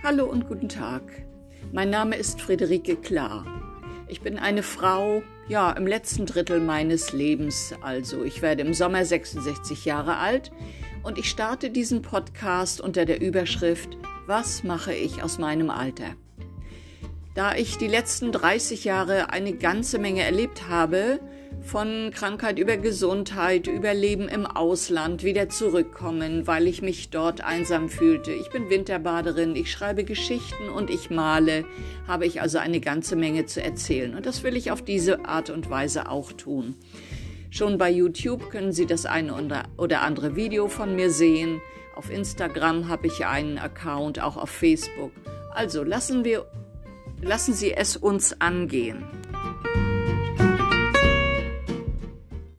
Hallo und guten Tag. Mein Name ist Friederike Klar. Ich bin eine Frau, im letzten Drittel meines Lebens. Also ich werde im Sommer 66 Jahre alt und ich starte diesen Podcast unter der Überschrift „Was mache ich aus meinem Alter?" Da ich die letzten 30 Jahre eine ganze Menge erlebt habe, von Krankheit über Gesundheit, über Leben im Ausland, wieder zurückkommen, weil ich mich dort einsam fühlte. Ich bin Winterbaderin, ich schreibe Geschichten und ich male, habe ich also eine ganze Menge zu erzählen. Und das will ich auf diese Art und Weise auch tun. Schon bei YouTube können Sie das eine oder andere Video von mir sehen. Auf Instagram habe ich einen Account, auch auf Facebook. Also lassen Sie es uns angehen.